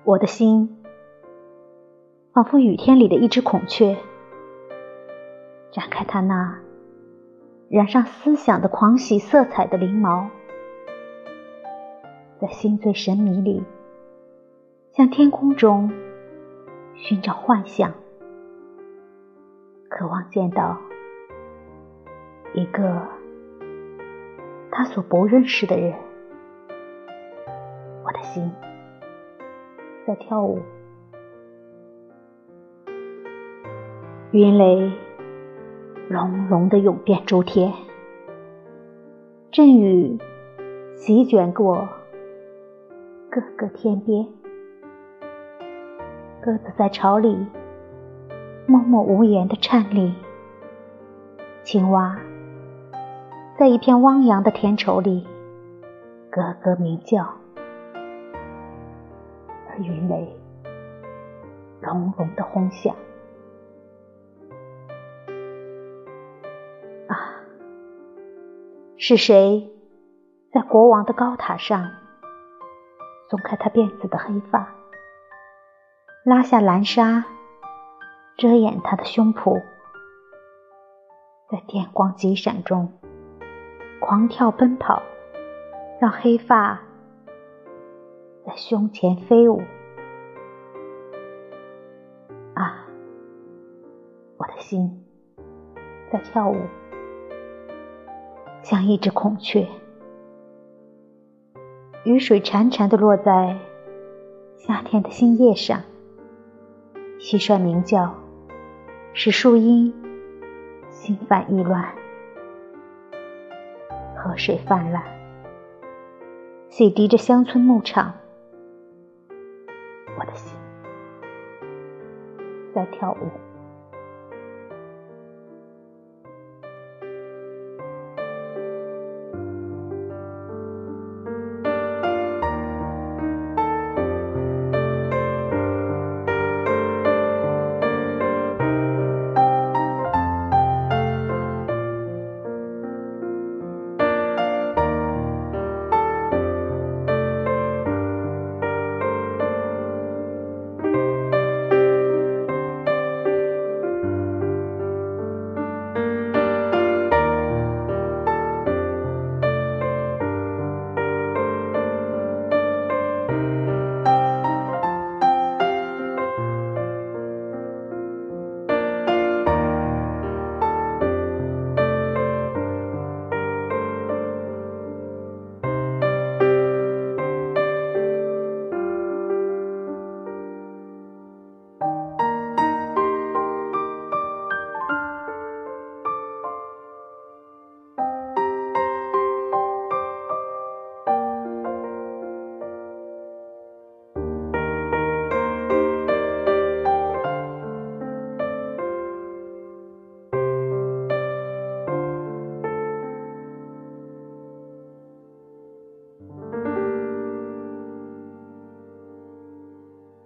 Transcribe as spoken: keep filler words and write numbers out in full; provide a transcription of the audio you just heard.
我的心仿佛雨天里的一只孔雀，展开它那染上思想的狂喜色彩的翎毛，在心醉神迷里向天空中寻找幻象，渴望见到一个他所不认识的人。我的心在跳舞，云雷隆隆地涌遍诸天，阵雨席卷过各个天边，鸽子在巢里默默无言地颤栗，青蛙在一片汪洋的田畴里咯咯鸣叫，而云雷隆隆地轰响。啊，是谁在国王的高塔上松开他辫子的黑发，拉下蓝纱遮掩他的胸脯，在电光急闪中狂跳奔跑，让黑发在胸前飞舞。啊，我的心在跳舞，像一只孔雀，雨水潺潺地落在夏天的新叶上，蟋蟀鸣叫，使树荫心烦意乱。河水泛滥，洗涤着乡村牧场。我的心在跳舞。